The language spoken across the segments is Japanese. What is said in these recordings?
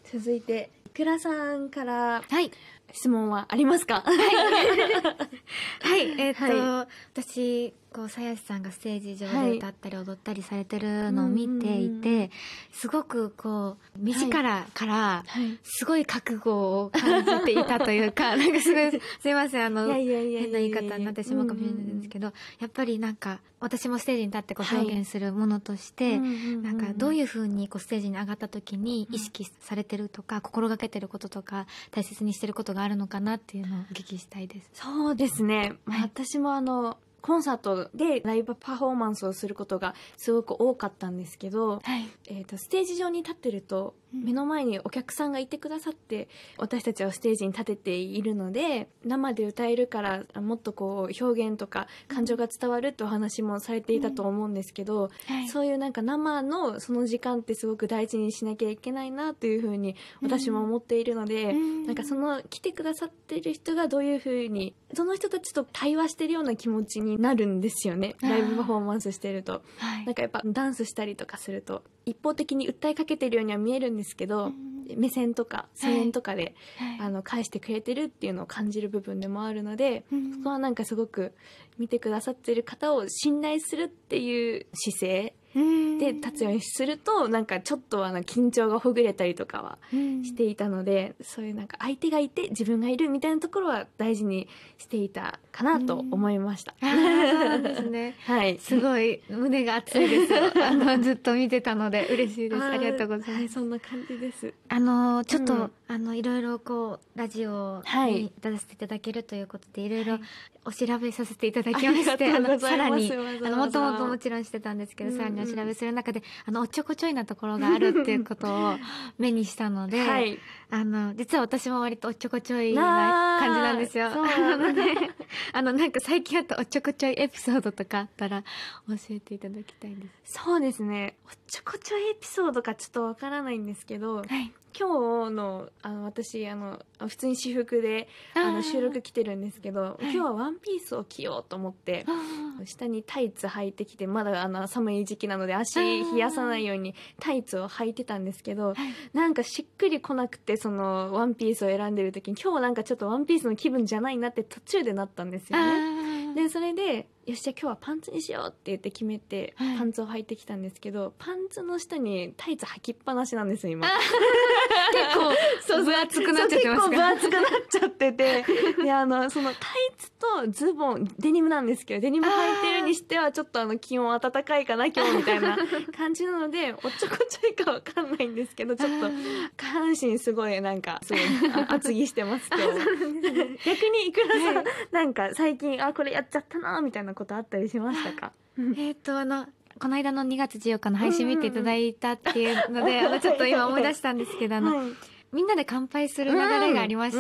続いていくらさんからはい質問はありますか？ はい、 は私鞘師さんがステージ上で歌ったり踊ったりされてるのを見ていて、すごく目力からすごい覚悟を感じていたというか、なんかすごいすいません、変な言い方になってしまうかもしれないんですけど、やっぱりなんか私もステージに立って表現するものとして、なんかどういう風にステージに上がった時に意識されてるとか、心がけてることとか大切にしてることがあるのかなっていうのをお聞きしたいです。 そうですね、私もコンサートでライブパフォーマンスをすることがすごく多かったんですけど、ステージ上に立ってると目の前にお客さんがいてくださって私たちはステージに立てているので、生で歌えるからもっと表現とか感情が伝わるってお話もされていたと思うんですけど、そういうなんか生のその時間ってすごく大事にしなきゃいけないなというふうに私も思っているので、なんかその来てくださってる人がどういうふうにその人たちと対話してるような気持ちになるんですよね。ライブパフォーマンスしてると、なんかやっぱダンスしたりとかすると一方的に訴えかけてるようには見えるんですけど、目線とか声援とかで、返してくれてるっていうのを感じる部分でもあるので、そこはなんかすごく見てくださってる方を信頼するっていう姿勢で立つようにすると、なんかちょっと緊張がほぐれたりとかはしていたので、そういうなんか相手がいて自分がいるみたいなところは大事にしていたかなと思いました。 そうなんですね。はい、すごい胸が熱いですよ。ずっと見てたので嬉しいです。ありがとうございます。はい、 そんな感じです。 ちょっと、いろいろラジオに出させていただけるということで、いろいろお調べさせていただきまして、さらにもともともちろんしてたんですけど、さらにお調べする中でおっちょこちょいなところがあるっていうことを目にしたので、実は私も割とおっちょこちょいな感じなんですよ。なんか最近あったおっちょこちょいエピソードとかあったら教えていただきたいです。 そうですね、おっちょこちょいエピソードかちょっとわからないんですけど、今日の私普通に私服で収録来てるんですけど、今日はワンピースを着ようと思って下にタイツ履いてきて、まだ寒い時期なので足冷やさないようにタイツを履いてたんですけど、なんかしっくりこなくて、そのワンピースを選んでる時に今日なんかちょっとワンピースの気分じゃないなって途中でなったんですよね。でそれでよしじゃあ今日はパンツにしようって言って決めてパンツを履いてきたんですけど、パンツの下にタイツ履きっぱなしなんです今。 結構分厚くなっちゃってますか？ 結構分厚くなっちゃってて、でそのタイツとズボンデニムなんですけど、デニム履いてるにしてはちょっと気温暖かいかな今日みたいな感じなので、おっちょこちょいかわかんないんですけど、ちょっと下半身すごいなんかすごい厚着してますけど。逆にいくらさん、なんか最近これやっちゃったなみたいなことあったりしましたか？ この間の2月14日の配信見ていただいたっていうので、ちょっと今思い出したんですけど、みんなで乾杯する流れがありまして、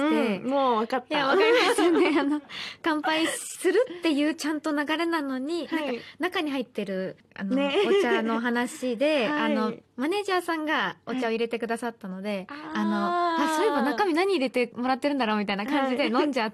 もう分かった。 いや、わかりますよね。乾杯するっていうちゃんと流れなのに、なんか中に入ってるお茶の話で、マネージャーさんがお茶を入れてくださったので、そういえば中身何入れてもらってるんだろうみたいな感じで飲んじゃって、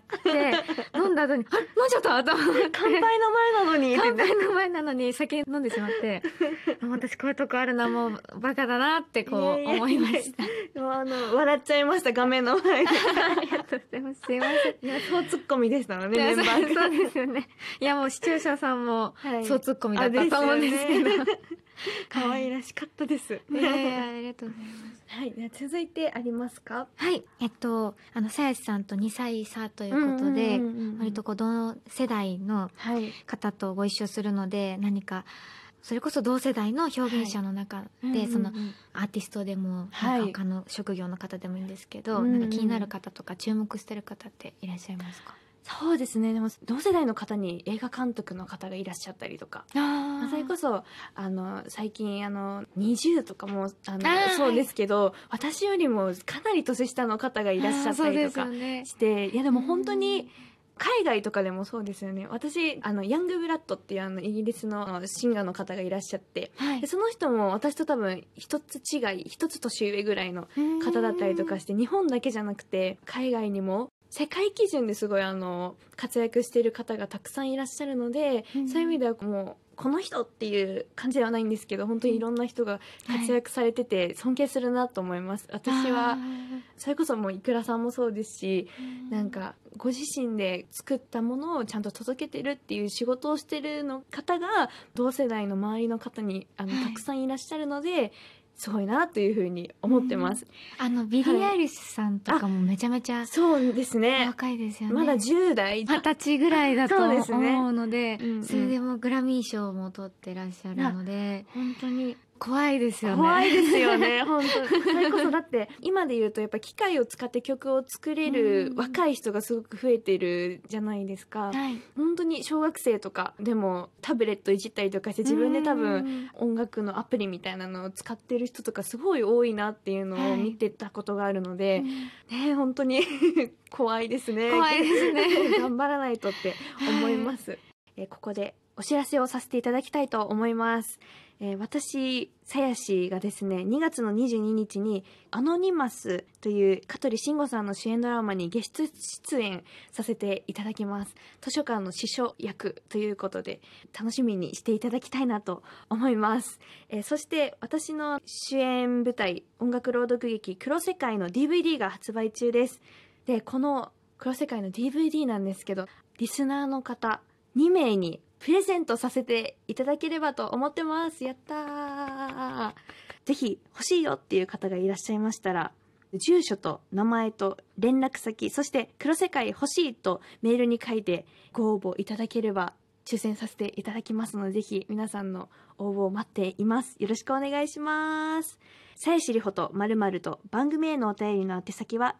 飲んだ後に、飲んじゃったと思って。 乾杯の前なのに。 乾杯の前なのに酒飲んでしまって、私こういうとこあるな、もうバカだなって思いました。 笑っちゃいました、画面の前で。 ありがとうございます。すいません。 いや、そうツッコミでしたのね、メンバーで。 そうですよね。いや、もう視聴者さんもそうツッコミだったと思うんですけど。 可愛らしかったです。 ありがとうございます。 はい、続いてありますか？ はい、鞘師さんと2歳差ということで、割と同世代の方とご一緒するので、何かそれこそ同世代の表現者の中で、そのアーティストでも他の職業の方でもいいんですけど、なんか気になる方とか注目してる方っていらっしゃいますか？ そうですね、でも同世代の方に映画監督の方がいらっしゃったりとか、それこそ最近20とかもそうですけど、私よりもかなり年下の方がいらっしゃったりとかして、いやでも本当に海外とかでもそうですよね。私ヤングブラッドっていうイギリスのシンガーの方がいらっしゃって、でその人も私と多分一つ年上ぐらいの方だったりとかして、日本だけじゃなくて海外にも世界基準ですごい活躍している方がたくさんいらっしゃるので、そういう意味ではもうこの人っていう感じではないんですけど、本当にいろんな人が活躍されてて尊敬するなと思います。私はそれこそもういくらさんもそうですし、なんかご自身で作ったものをちゃんと届けてるっていう仕事をしてるの方が同世代の周りの方にたくさんいらっしゃるので、すごいなというふうに思ってます。 ビリー・アイリッシュさんとかもめちゃめちゃそうですね、 若いですよね。 まだ10代 20歳ぐらいだと思うので、 うんうん、 それでもグラミー賞も取ってらっしゃるので、 本当に怖いですよね。 怖いですよね本当。それこそだって今で言うとやっぱ機械を使って曲を作れる若い人がすごく増えてるじゃないですか、 はい、 本当に小学生とかでもタブレットいじったりとかして自分で多分音楽のアプリみたいなのを使ってる人とかすごい多いなっていうのを見てたことがあるので、ね、本当に怖いですね。 怖いですね頑張らないとって思います、ここでお知らせをさせていただきたいと思います。私さやしがですね、2月の22日にアノニマスという香取慎吾さんの主演ドラマにゲスト出演させていただきます。図書館の司書役ということで楽しみにしていただきたいなと思います。そして私の主演舞台音楽朗読劇黒世界の DVD が発売中です。でこの黒世界の DVD なんですけど、リスナーの方2名にプレゼントさせていただければと思ってます。やったー。ぜひ欲しいよっていう方がいらっしゃいましたら、住所と名前と連絡先、そして黒世界欲しいとメールに書いてご応募いただければ抽選させていただきますので、ぜひ皆さんの応募を待っています。よろしくお願いします。さやしりほと〇〇と番組へのお便りの宛先は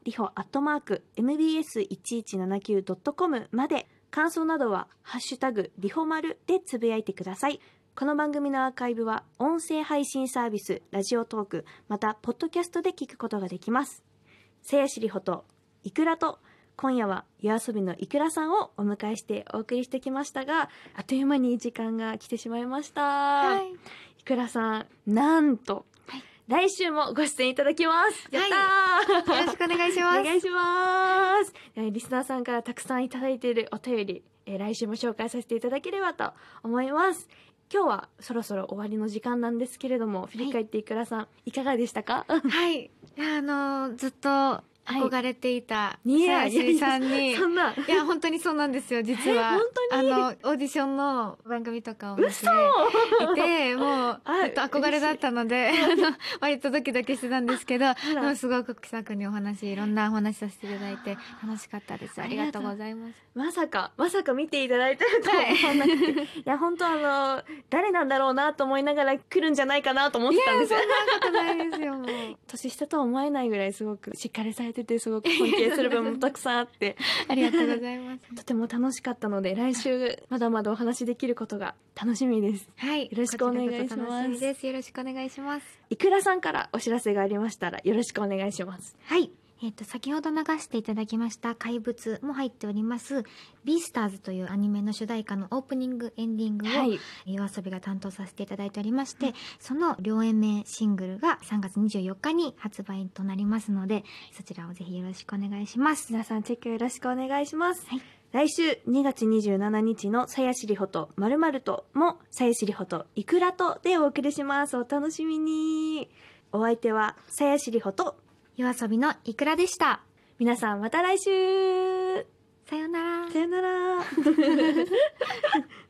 liho@mbs1179.com まで。感想などはハッシュタグリホマルでつぶやいてください。この番組のアーカイブは音声配信サービスラジオトーク、またポッドキャストで聞くことができます。さやしりほといくらと、今夜は夜遊びのいくらさんをお迎えしてお送りしてきましたが、あっという間に時間が来てしまいました、はい、いくらさんなんと、はい、来週もご出演いただきます。やったー、 はい、よろしくお願いしますお願いします。リスナーさんからたくさんいただいているお便り、来週も紹介させていただければと思います。今日はそろそろ終わりの時間なんですけれども、振り返っていくらさん、いかがでしたか？ はい、ずっと憧れていたさやしさんに、 そんな、 いや本当にそうなんですよ。実は本当にオーディションの番組とかを見ていて、もうずっと憧れだったので割とドキドキしてたんですけど、でもすごく気さくにいろんなお話させていただいて楽しかったです。ありがとうございます。 まさか見ていただいてるとは思わなくて、いや本当誰なんだろうなと思いながら来るんじゃないかなと思ってたんですよ。 いやそんなことないですよ。もう年下とは思えないぐらいすごくしっかりされてて、すごく尊敬する部分もたくさんあってありがとうございます。 とても楽しかったので、来週まだまだお話できることが楽しみです。 はい、 よろしくお願いします。 楽しみです。よろしくお願いします。 いくらさんからお知らせがありましたらよろしくお願いします。 はい、先ほど流していただきました怪物も入っておりますビースターズというアニメの主題歌のオープニングエンディングを、はい、YOASOBIが担当させていただいておりまして、その両 A 面シングルが3月24日に発売となりますので、そちらをぜひよろしくお願いします。 皆さんチェックよろしくお願いします。はい、来週2月27日のさやしりほと〇〇ともさやしりほといくらとでお送りします。お楽しみに。お相手はさやしりほと YOASOBIのいくらでした。 皆さんまた来週。 さよなら。 さよなら。